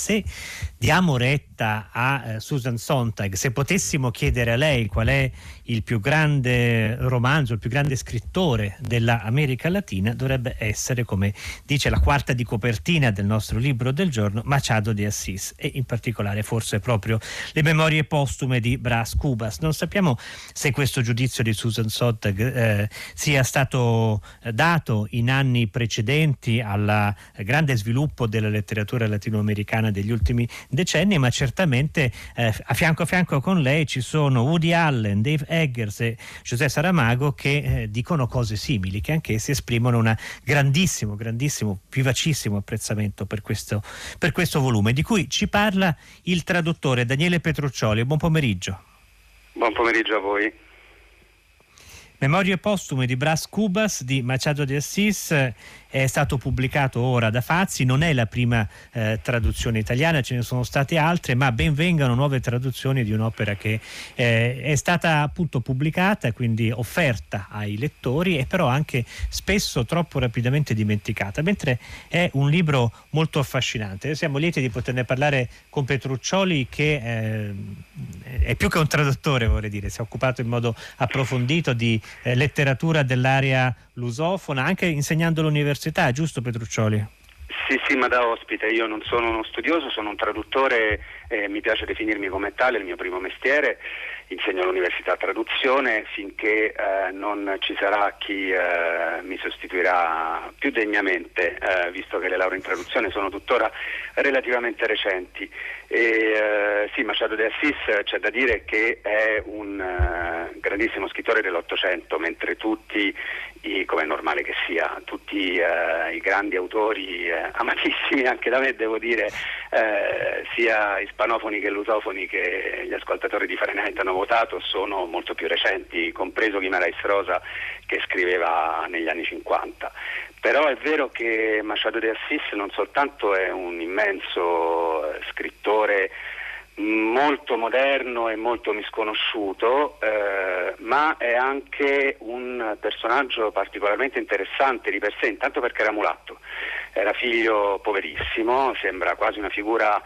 se diamo retta a Susan Sontag, se potessimo chiedere a lei qual è il più grande romanzo, il più grande scrittore dell'America Latina, dovrebbe essere, come dice la quarta di copertina del nostro libro del giorno, Machado de Assis, e in particolare forse proprio le memorie postume di Brás Cubas. Non sappiamo se questo giudizio di Susan Sontag sia stato dato in anni precedenti al grande sviluppo della letteratura latinoamericana degli ultimi decenni, ma certamente a fianco con lei ci sono Woody Allen, Dave Eggers e José Saramago che dicono cose simili, che anch'essi esprimono un grandissimo, vivacissimo apprezzamento per questo volume, di cui ci parla il traduttore Daniele Petruccioli. Buon pomeriggio. Buon pomeriggio a voi. Memorie postume di Brás Cubas di Machado de Assis è stato pubblicato ora da Fazzi, non è la prima traduzione italiana, ce ne sono state altre, ma ben vengano nuove traduzioni di un'opera che è stata appunto pubblicata, quindi offerta ai lettori, e però anche spesso troppo rapidamente dimenticata, mentre è un libro molto affascinante. Siamo lieti di poterne parlare con Petruccioli, che è più che un traduttore, vorrei dire, si è occupato in modo approfondito di letteratura dell'area lusofona, anche insegnando all'università, giusto Petruccioli? Sì, ma da ospite. Io non sono uno studioso, sono un traduttore, mi piace definirmi come tale, il mio primo mestiere. Insegno all'università traduzione finché non ci sarà chi mi sostituirà più degnamente, visto che le lauree in traduzione sono tuttora relativamente recenti. Sì, Machado de Assis c'è da dire che è un grandissimo scrittore dell'Ottocento, mentre tutti, come è normale che sia, tutti i grandi autori amatissimi anche da me, devo dire, sia ispanofoni che lusofoni che gli ascoltatori di Fahrenheit hanno votato, sono molto più recenti, compreso Guimarães Rosa, che scriveva negli anni 50. Però è vero che Machado de Assis non soltanto è un immenso scrittore molto moderno e molto misconosciuto, ma è anche un personaggio particolarmente interessante di per sé, intanto perché era mulatto, era figlio poverissimo, sembra quasi una figura,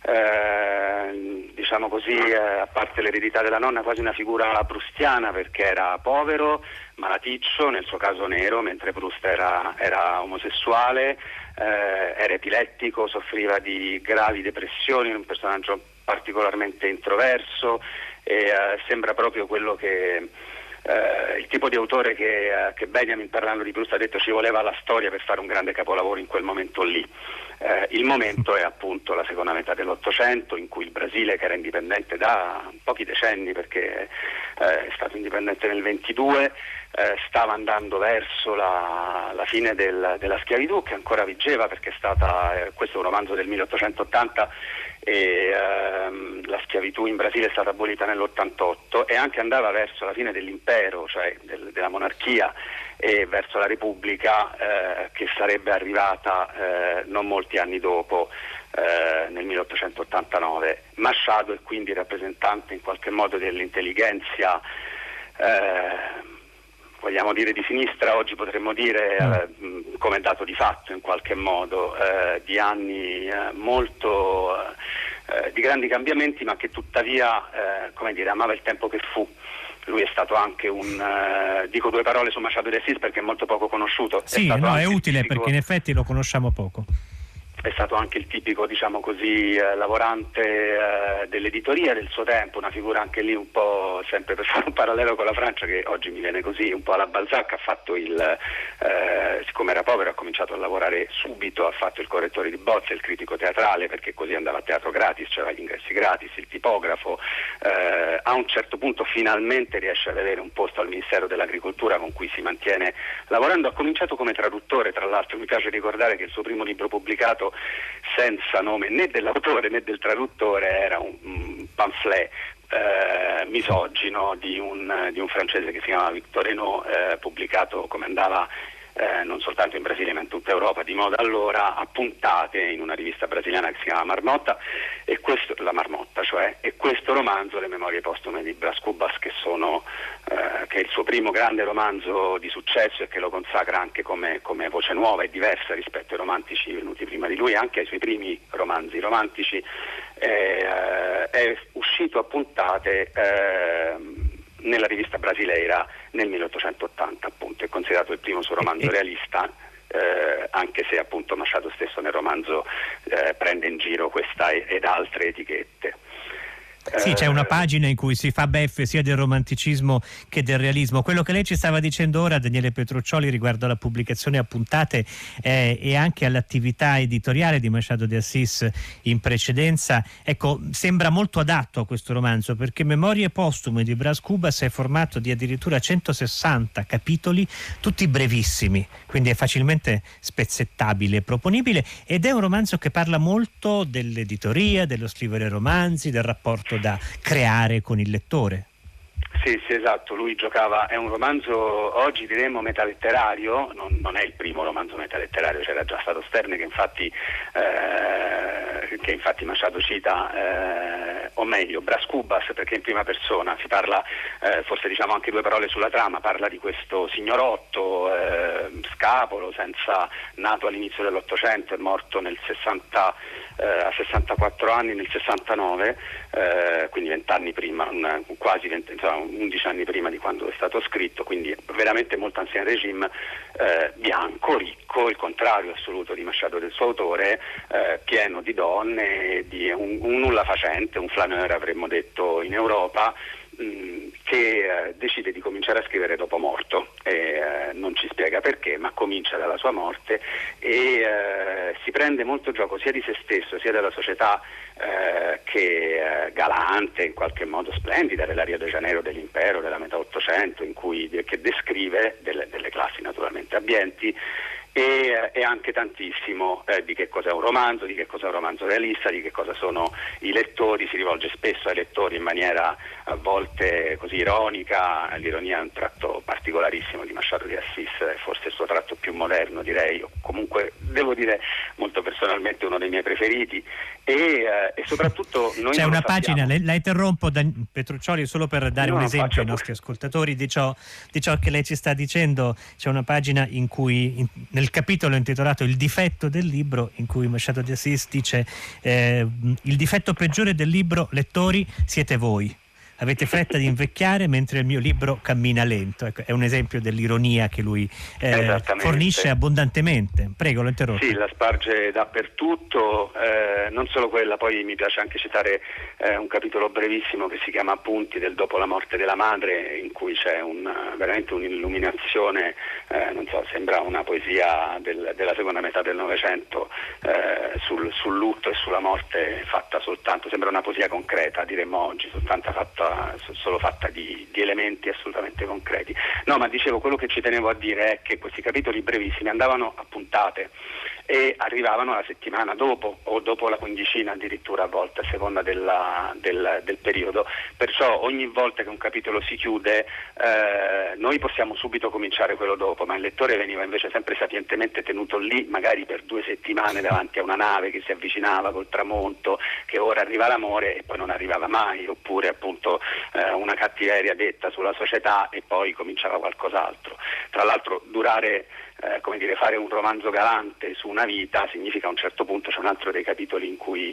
diciamo così, a parte l'eredità della nonna, quasi una figura proustiana, perché era povero, malaticcio, nel suo caso nero, mentre Proust era omosessuale, era epilettico, soffriva di gravi depressioni, un personaggio particolarmente introverso, e sembra proprio quello che il tipo di autore che Benjamin, parlando di Proust, ha detto ci voleva la storia per fare un grande capolavoro in quel momento lì. Il momento è appunto la seconda metà dell'Ottocento, in cui il Brasile, che era indipendente da pochi decenni, perché è stato indipendente nel 22, stava andando verso la fine della schiavitù, che ancora vigeva, perché è stata, questo è un romanzo del 1880, e la schiavitù in Brasile è stata abolita nell'88, e anche andava verso la fine dell'impero, cioè della monarchia, e verso la Repubblica, che sarebbe arrivata non molti anni dopo, nel 1889. Machado è quindi rappresentante in qualche modo dell'intelligenza, vogliamo dire di sinistra, oggi potremmo dire, come dato di fatto in qualche modo, di anni molto di grandi cambiamenti, ma che tuttavia, come dire, amava il tempo che fu. Lui è stato anche dico due parole su Machado de Assis perché è molto poco conosciuto. Sì, è utile perché in effetti lo conosciamo poco. È stato anche il tipico, diciamo così, lavorante dell'editoria del suo tempo, una figura anche lì un po', sempre per fare un parallelo con la Francia, che oggi mi viene così, un po' alla Balzac, ha fatto siccome era povero ha cominciato a lavorare subito, ha fatto il correttore di bozze, il critico teatrale, perché così andava a teatro gratis, c'era gli ingressi gratis, il tipografo, a un certo punto finalmente riesce ad avere un posto al Ministero dell'Agricoltura con cui si mantiene lavorando. Ha cominciato come traduttore, tra l'altro mi piace ricordare che il suo primo libro pubblicato senza nome né dell'autore né del traduttore era un pamphlet misogino di un francese che si chiamava Victor Henault, pubblicato come andava non soltanto in Brasile ma in tutta Europa di moda allora, a puntate in una rivista brasiliana che si chiama Marmotta, e questo, la Marmotta cioè, e questo romanzo, Le memorie postume di Brás Cubas, che sono che è il suo primo grande romanzo di successo e che lo consacra anche come voce nuova e diversa rispetto ai romantici venuti prima di lui, anche ai suoi primi romanzi romantici, è uscito a puntate nella rivista Brasileira nel 1880, appunto, è considerato il primo suo romanzo realista, anche se appunto Machado stesso nel romanzo prende in giro questa ed altre etichette. Sì, c'è una pagina in cui si fa beffe sia del romanticismo che del realismo. Quello che lei ci stava dicendo ora, Daniele Petruccioli, riguardo alla pubblicazione a puntate e anche all'attività editoriale di Machado de Assis in precedenza, ecco, sembra molto adatto a questo romanzo, perché Memorie postume di Brás Cubas è formato di addirittura 160 capitoli, tutti brevissimi, quindi è facilmente spezzettabile e proponibile, ed è un romanzo che parla molto dell'editoria, dello scrivere romanzi, del rapporto da creare con il lettore. Sì, esatto, lui giocava, è un romanzo oggi diremmo metaletterario, non è il primo romanzo metaletterario, c'era già stato Sterne che infatti Machado cita, o meglio Brás Cubas, perché in prima persona si parla, forse diciamo anche due parole sulla trama, parla di questo signorotto scapolo, nato all'inizio dell'Ottocento, è morto nel 60, a 64 anni nel 69, quindi 20 anni prima, quasi 20, insomma 11 anni prima di quando è stato scritto, quindi veramente molto ancien regime, bianco, ricco, il contrario assoluto di Machado del suo autore, pieno di donne, di un nulla facente, un flaneur avremmo detto in Europa, che decide di cominciare a scrivere dopo morto, non ci spiega perché, ma comincia dalla sua morte e si prende molto gioco sia di se stesso sia della società che galante, in qualche modo splendida, della Rio de Janeiro dell'impero della metà Ottocento, che descrive delle classi naturalmente abbienti, e anche tantissimo di che cosa è un romanzo, di che cosa è un romanzo realista, di che cosa sono i lettori. Si rivolge spesso ai lettori in maniera a volte così ironica. L'ironia è un tratto particolarissimo di Machado de Assis, forse il suo tratto più moderno, direi, o comunque devo dire molto personalmente uno dei miei preferiti, e soprattutto noi c'è una sappiamo. pagina, la interrompo Petruccioli solo per dare un esempio ai nostri ascoltatori di ciò che lei ci sta dicendo. C'è una pagina in cui nel capitolo intitolato Il difetto del libro, in cui Machado de Assis dice il difetto peggiore del libro, lettori, siete voi. Avete fretta di invecchiare mentre il mio libro cammina lento. Ecco, è un esempio dell'ironia che lui fornisce abbondantemente. Prego, lo interrompo. Sì, la sparge dappertutto, non solo quella, poi mi piace anche citare un capitolo brevissimo che si chiama Appunti del dopo la morte della madre, in cui c'è veramente un'illuminazione, non so, sembra una poesia della seconda metà del Novecento, sul lutto e sulla morte, fatta soltanto, sembra una poesia concreta, diremmo oggi, solo fatta di elementi assolutamente concreti. No, ma dicevo, quello che ci tenevo a dire è che questi capitoli brevissimi andavano a puntate e arrivavano la settimana dopo o dopo la quindicina addirittura, a volte a seconda del periodo, perciò ogni volta che un capitolo si chiude noi possiamo subito cominciare quello dopo, ma il lettore veniva invece sempre sapientemente tenuto lì, magari per 2 settimane davanti a una nave che si avvicinava col tramonto, che ora arriva l'amore e poi non arrivava mai, oppure appunto una cattiveria detta sulla società e poi cominciava qualcos'altro. Tra l'altro fare un romanzo galante su una vita significa, a un certo punto c'è un altro dei capitoli in cui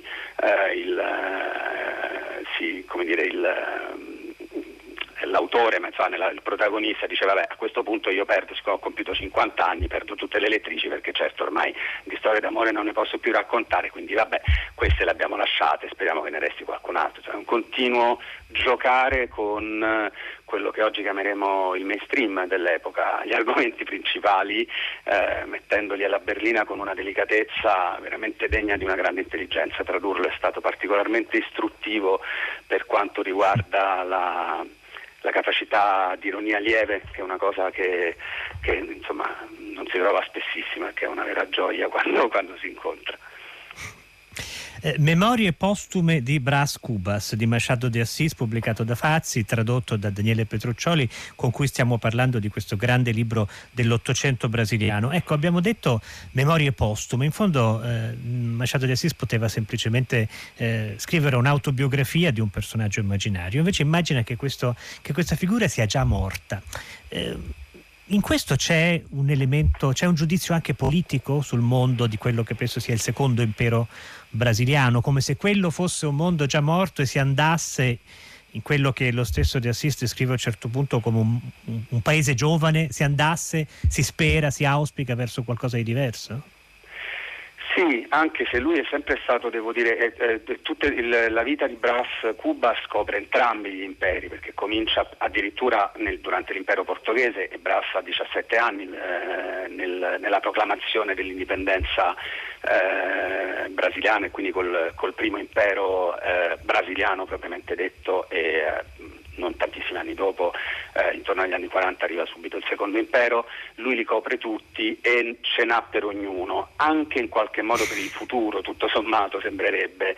l'autore, ma insomma, il protagonista dice vabbè, a questo punto io perdo, siccome ho compiuto 50 anni, perdo tutte le lettrici perché certo ormai di storie d'amore non ne posso più raccontare, quindi vabbè, queste le abbiamo lasciate, speriamo che ne resti qualcun altro. Cioè, un continuo giocare con quello che oggi chiameremo il mainstream dell'epoca, gli argomenti principali, mettendoli alla berlina con una delicatezza veramente degna di una grande intelligenza. Tradurlo è stato particolarmente istruttivo per quanto riguarda la capacità di ironia lieve, che è una cosa che insomma non si trova spessissimo e che è una vera gioia quando si incontra. Memorie postume di Brás Cubas di Machado de Assis, pubblicato da Fazzi, tradotto da Daniele Petruccioli, con cui stiamo parlando di questo grande libro dell'Ottocento brasiliano. Ecco, abbiamo detto memorie postume. In fondo Machado de Assis poteva semplicemente scrivere un'autobiografia di un personaggio immaginario. Invece immagina che questa figura sia già morta. In questo c'è un elemento, c'è un giudizio anche politico sul mondo di quello che penso sia il secondo impero brasiliano, come se quello fosse un mondo già morto e si andasse in quello che lo stesso De Assis descrive a un certo punto come un paese giovane, si andasse, si spera, si auspica verso qualcosa di diverso? Sì, anche se lui è sempre stato, devo dire, la vita di Brás Cubas copre entrambi gli imperi, perché comincia addirittura durante l'impero portoghese, e Brás ha 17 anni nella proclamazione dell'indipendenza brasiliana, e quindi col primo impero brasiliano propriamente detto, e non tantissimi anni dopo, intorno agli anni 40, arriva subito il secondo impero. Lui li copre tutti e ce n'ha per ognuno, anche in qualche modo per il futuro, tutto sommato sembrerebbe,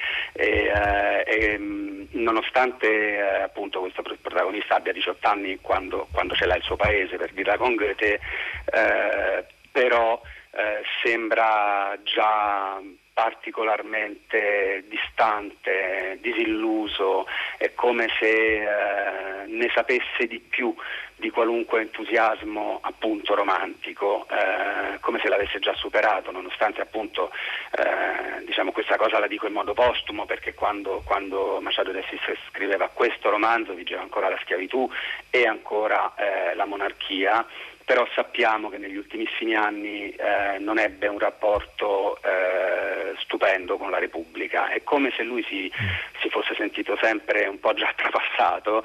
nonostante appunto questo protagonista abbia 18 anni quando ce l'ha il suo paese, per dirla con Goethe, però sembra già particolarmente distante, disilluso, è come se ne sapesse di più di qualunque entusiasmo appunto romantico, come se l'avesse già superato, nonostante appunto diciamo questa cosa la dico in modo postumo, perché quando Machado de Assis scriveva questo romanzo vigeva ancora la schiavitù e ancora la monarchia, però sappiamo che negli ultimissimi anni non ebbe un rapporto stupendo con la Repubblica. È come se lui si fosse sentito sempre un po' già trapassato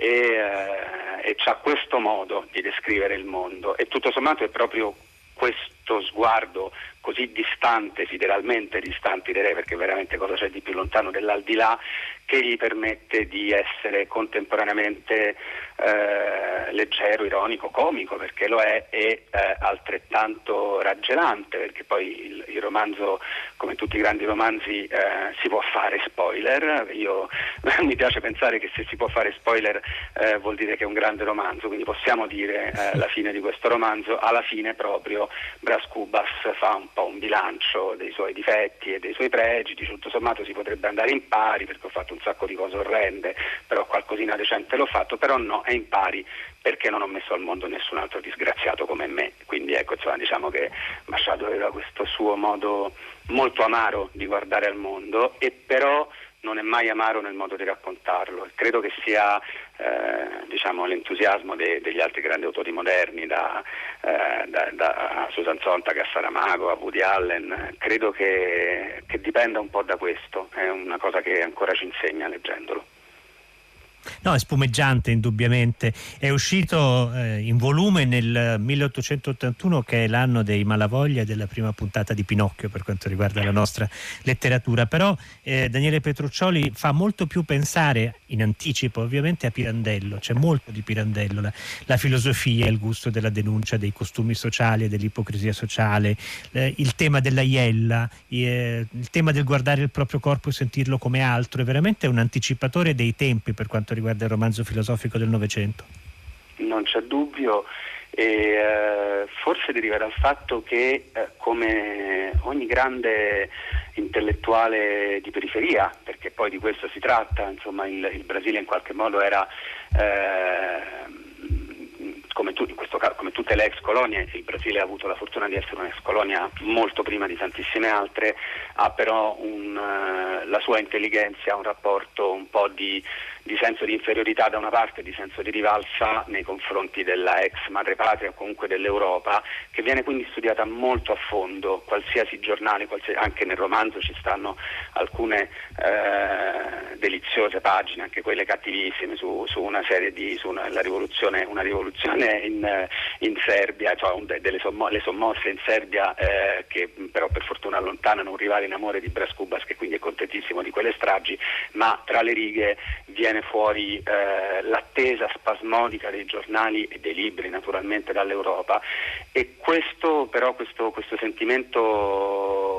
e c'ha questo modo di descrivere il mondo, e tutto sommato è proprio questo sguardo così distante, sideralmente distante direi, perché veramente cosa c'è di più lontano dell'aldilà, che gli permette di essere contemporaneamente leggero, ironico, comico, perché lo è, e altrettanto raggelante, perché poi il romanzo, come tutti i grandi romanzi, si può fare spoiler. Io mi piace pensare che se si può fare spoiler vuol dire che è un grande romanzo, quindi possiamo dire la fine di questo romanzo. Alla fine proprio Brás Cubas fa un po' un bilancio dei suoi difetti e dei suoi pregi, di tutto sommato si potrebbe andare in pari perché ho fatto un sacco di cose orrende, però qualcosina decente l'ho fatto, però no, è in pari perché non ho messo al mondo nessun altro disgraziato come me. Quindi ecco, insomma, diciamo che Machado aveva questo suo modo molto amaro di guardare al mondo, e però non è mai amaro nel modo di raccontarlo. Credo che sia diciamo l'entusiasmo degli altri grandi autori moderni, da Susan Sontag a Saramago a Woody Allen. Credo che dipenda un po' da questo, è una cosa che ancora ci insegna leggendolo. No, è spumeggiante indubbiamente. È uscito in volume nel 1881, che è l'anno dei Malavoglia e della prima puntata di Pinocchio per quanto riguarda la nostra letteratura. Però Daniele Petruccioli fa molto più pensare, in anticipo ovviamente, a Pirandello. C'è molto di Pirandello, la filosofia, il gusto della denuncia dei costumi sociali e dell'ipocrisia sociale, il tema della iella, il tema del guardare il proprio corpo e sentirlo come altro. È veramente un anticipatore dei tempi per quanto riguarda il romanzo filosofico del Novecento. Non c'è dubbio, e forse deriva dal fatto che come ogni grande intellettuale di periferia, perché poi di questo si tratta, insomma il Brasile in qualche modo era come tutte le ex colonie, il Brasile ha avuto la fortuna di essere un'ex colonia molto prima di tantissime altre, ha però la sua intelligenza ha un rapporto un po' di senso di inferiorità da una parte, di senso di rivalsa nei confronti della ex madrepatria o comunque dell'Europa, che viene quindi studiata molto a fondo. Qualsiasi giornale, anche nel romanzo ci stanno alcune deliziose pagine, anche quelle cattivissime, su una serie una rivoluzione in Serbia, cioè le sommosse in Serbia, che però per fortuna allontanano un rivale in amore di Brás Cubas, che quindi è contentissimo di quelle stragi, ma tra le righe viene fuori l'attesa spasmodica dei giornali e dei libri naturalmente dall'Europa, e questo sentimento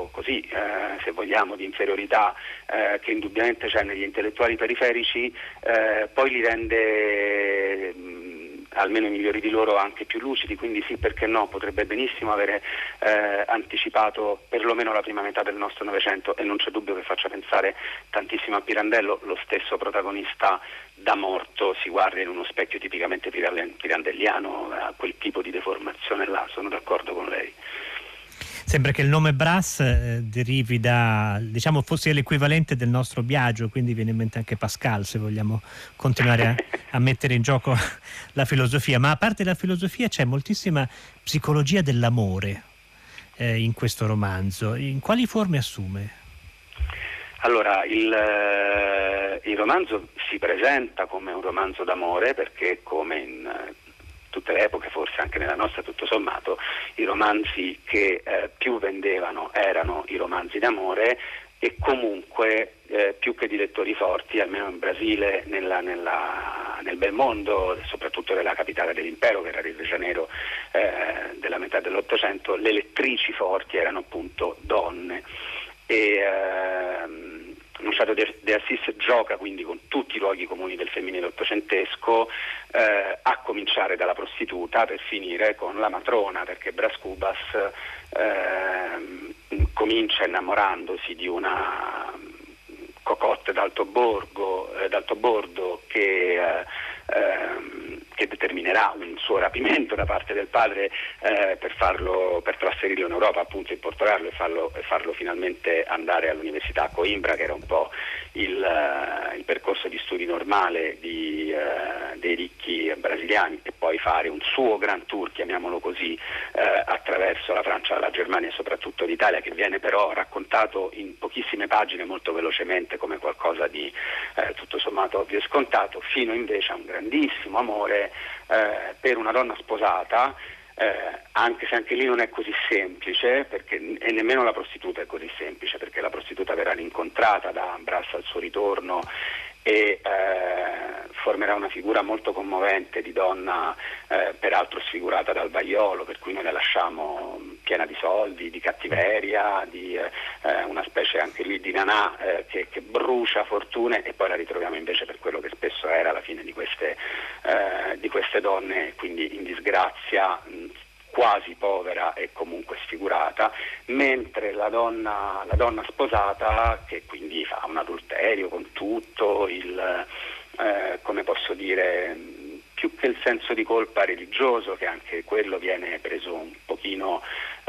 senso così, se vogliamo, di inferiorità che indubbiamente c'è negli intellettuali periferici, poi li rende almeno i migliori di loro anche più lucidi, quindi sì, perché no, potrebbe benissimo avere anticipato perlomeno la prima metà del nostro Novecento, e non c'è dubbio che faccia pensare tantissimo a Pirandello. Lo stesso protagonista da morto si guarda in uno specchio tipicamente pirandelliano, a quel tipo di deformazione là, sono d'accordo con lei. Sembra che il nome Brass derivi da, diciamo, fosse l'equivalente del nostro Biagio, quindi viene in mente anche Pascal, se vogliamo continuare a mettere in gioco la filosofia. Ma a parte la filosofia c'è moltissima psicologia dell'amore in questo romanzo. In quali forme assume? Allora, il romanzo si presenta come un romanzo d'amore, perché come in tutte le epoche, forse anche nella nostra tutto sommato, i romanzi che più vendevano erano i romanzi d'amore, e comunque più che di lettori forti, almeno in Brasile, nel bel mondo, soprattutto nella capitale dell'impero, che era Rio de Janeiro, della metà dell'Ottocento, le lettrici forti erano appunto donne. Machado de Assis gioca quindi con tutti i luoghi comuni del femminile ottocentesco, a cominciare dalla prostituta per finire con la matrona, perché Brás Cubas comincia innamorandosi di una cocotte d'alto bordo che determinerà un suo rapimento da parte del padre per trasferirlo in Europa, appunto importarlo e farlo finalmente andare all'università a Coimbra, che era un po' il percorso di studi normale dei ricchi brasiliani, e poi fare un suo grand tour, chiamiamolo così, attraverso la Francia, la Germania e soprattutto l'Italia, che viene però raccontato in pochissime pagine molto velocemente come qualcosa di tutto sommato ovvio e scontato, fino invece a un grandissimo amore per una donna sposata, anche se anche lì non è così semplice, e nemmeno la prostituta è così semplice, perché la prostituta verrà rincontrata da Brás al suo ritorno e formerà una figura molto commovente di donna, peraltro sfigurata dal vaiolo, per cui noi la lasciamo piena di soldi, di cattiveria, di una specie anche lì di nanà che brucia fortune, e poi la ritroviamo invece per quello che spesso era la fine di queste donne, quindi in disgrazia, quasi povera e comunque sfigurata, mentre la donna sposata, che quindi fa un adulterio con tutto come posso dire, più che il senso di colpa religioso, che anche quello viene preso un pochino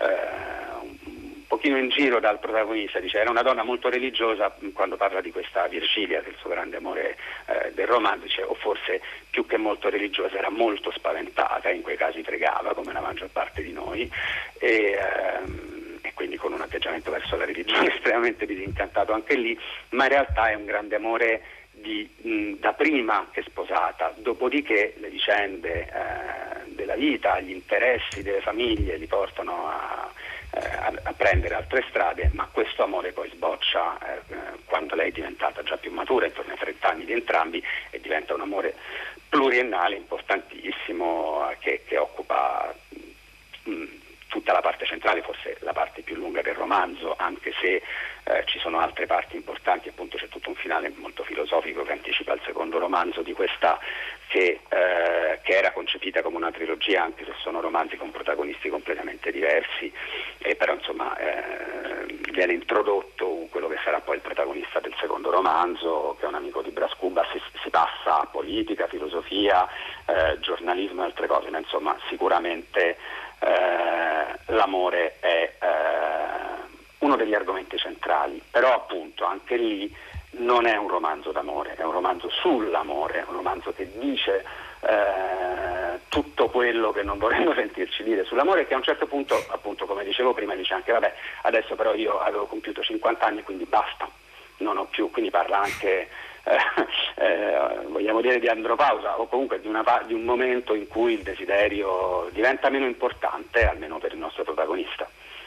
in giro dal protagonista, dice era una donna molto religiosa, quando parla di questa Virgilia, che è il suo grande amore del romanzo, dice, o forse più che molto religiosa era molto spaventata, in quei casi pregava come la maggior parte di noi, e quindi con un atteggiamento verso la religione estremamente disincantato anche lì, ma in realtà è un grande amore da prima che sposata. Dopodiché le vicende della vita, gli interessi delle famiglie li portano a prendere altre strade, ma questo amore poi sboccia quando lei è diventata già più matura, intorno ai 30 anni di entrambi, e diventa un amore pluriennale importantissimo che occupa tutta la parte centrale, forse la parte più lunga del romanzo, anche se ci sono altre parti importanti. Appunto c'è tutto un finale molto filosofico che anticipa il secondo romanzo di questa che era concepita come una trilogia, anche se sono romanzi con protagonisti completamente diversi, però insomma viene introdotto quello che sarà poi il protagonista del secondo romanzo, che è un amico di Brás Cubas. Si passa a politica, filosofia, giornalismo e altre cose, ma insomma sicuramente l'amore è uno degli argomenti centrali, però appunto anche lì non è un romanzo d'amore, è un romanzo sull'amore, è un romanzo che dice tutto quello che non vorremmo sentirci dire sull'amore, che a un certo punto, appunto come dicevo prima, dice anche vabbè, adesso però io avevo compiuto 50 anni, quindi basta, non ho più, quindi parla anche vogliamo dire di andropausa, o comunque di un momento in cui il desiderio diventa meno importante, almeno per il nostro protagonista.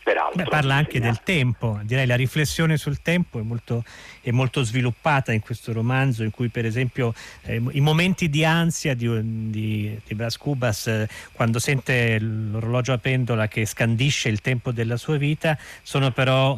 peraltro. Parla anche del tempo, direi la riflessione sul tempo è molto sviluppata in questo romanzo, in cui per esempio i momenti di ansia di Brás Cubas, quando sente l'orologio a pendola che scandisce il tempo della sua vita, sono però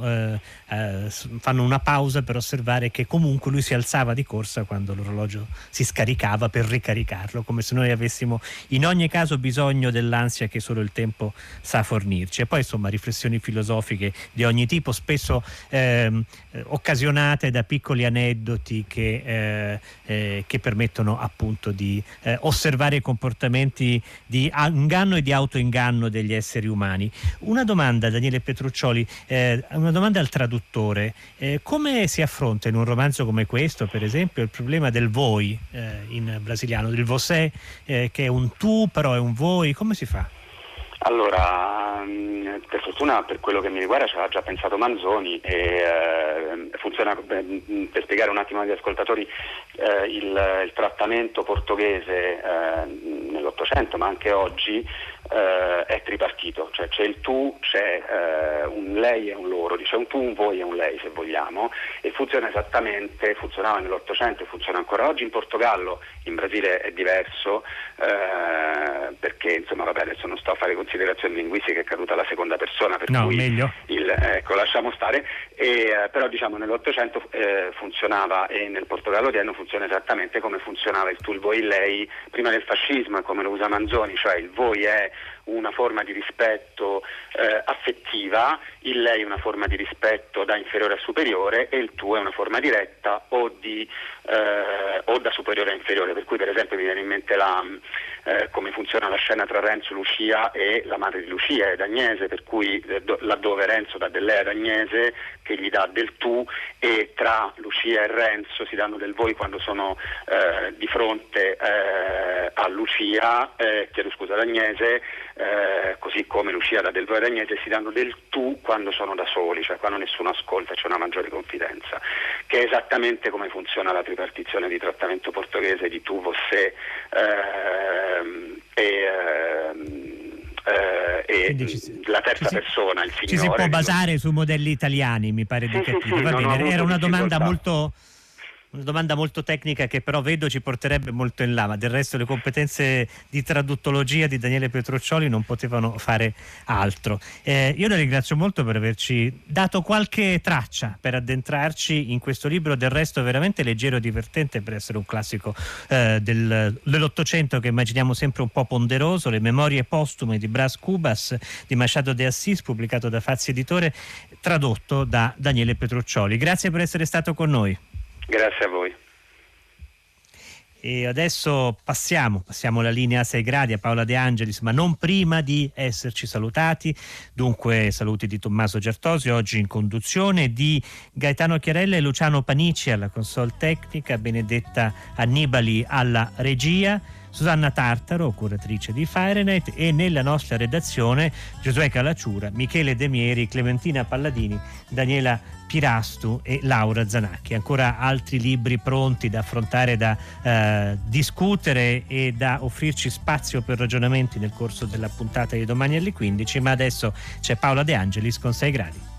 fanno una pausa per osservare che comunque lui si alzava di corsa quando l'orologio si scaricava per ricaricarlo, come se noi avessimo in ogni caso bisogno dell'ansia che solo il tempo sa fornirci. E poi insomma riflessioni filosofiche di ogni tipo, spesso occasionate da piccoli aneddoti che permettono appunto di osservare i comportamenti di inganno e di autoinganno degli esseri umani. Una domanda, Daniele Petruccioli, una domanda al traduttore: come si affronta in un romanzo come questo, per esempio, il problema del voi in brasiliano, del você, che è un tu però è un voi, come si fa? Allora, per fortuna, per quello che mi riguarda, ci aveva già pensato Manzoni e funziona, per spiegare un attimo agli ascoltatori, il trattamento portoghese nell'Ottocento, ma anche oggi, è tripartito, cioè c'è il tu, c'è un lei e un loro, c'è un tu, un voi e un lei, se vogliamo, e funzionava nell'Ottocento e funziona ancora oggi. In Portogallo, in Brasile è diverso, perché insomma vabbè, adesso non sto a fare considerazioni linguistiche, è caduta la seconda persona, per cui meglio. Ecco, lasciamo stare, però diciamo nell'Ottocento funzionava, e nel Portogallo odierno funziona esattamente come funzionava il tu, il voi, il lei prima del fascismo, come lo usa Manzoni, cioè il voi è una forma di rispetto affettiva, il lei è una forma di rispetto da inferiore a superiore e il tu è una forma diretta o da superiore a inferiore, per cui per esempio mi viene in mente come funziona la scena tra Renzo e Lucia e la madre di Lucia ed Agnese, per cui laddove Renzo dà del lei ad Agnese che gli dà del tu, e tra Lucia e Renzo si danno del voi quando sono di fronte a Lucia, ad Agnese, così come Lucia dà del voi ad Agnese, si danno del tu quando sono da soli, cioè quando nessuno ascolta e c'è una maggiore confidenza, che è esattamente come funziona la tripartizione di trattamento portoghese di tu, você e la terza persona, il signore. Ci si può basare su modelli italiani, mi pare di capire. Sì, Va bene, era una domanda difficoltà. molto tecnica che però vedo ci porterebbe molto in là, ma del resto le competenze di traduttologia di Daniele Petruccioli non potevano fare altro. Io la ringrazio molto per averci dato qualche traccia per addentrarci in questo libro, del resto veramente leggero e divertente per essere un classico dell'Ottocento, che immaginiamo sempre un po' ponderoso, Le memorie postume di Brás Cubas di Machado de Assis, pubblicato da Fazzi Editore, tradotto da Daniele Petruccioli. Grazie per essere stato con noi. Grazie a voi. E adesso passiamo la linea a 6 gradi a Paola De Angelis, ma non prima di esserci salutati. Dunque saluti di Tommaso Giartosi oggi in conduzione, di Gaetano Chiarella e Luciano Panici alla console tecnica, Benedetta Annibali alla regia, Susanna Tartaro, curatrice di Fahrenheit, e nella nostra redazione Giosuè Calacciura, Michele Demieri, Clementina Palladini, Daniela Pirastu e Laura Zanacchi. Ancora altri libri pronti da affrontare, da discutere e da offrirci spazio per ragionamenti nel corso della puntata di domani alle 15, ma adesso c'è Paola De Angelis con 6 gradi.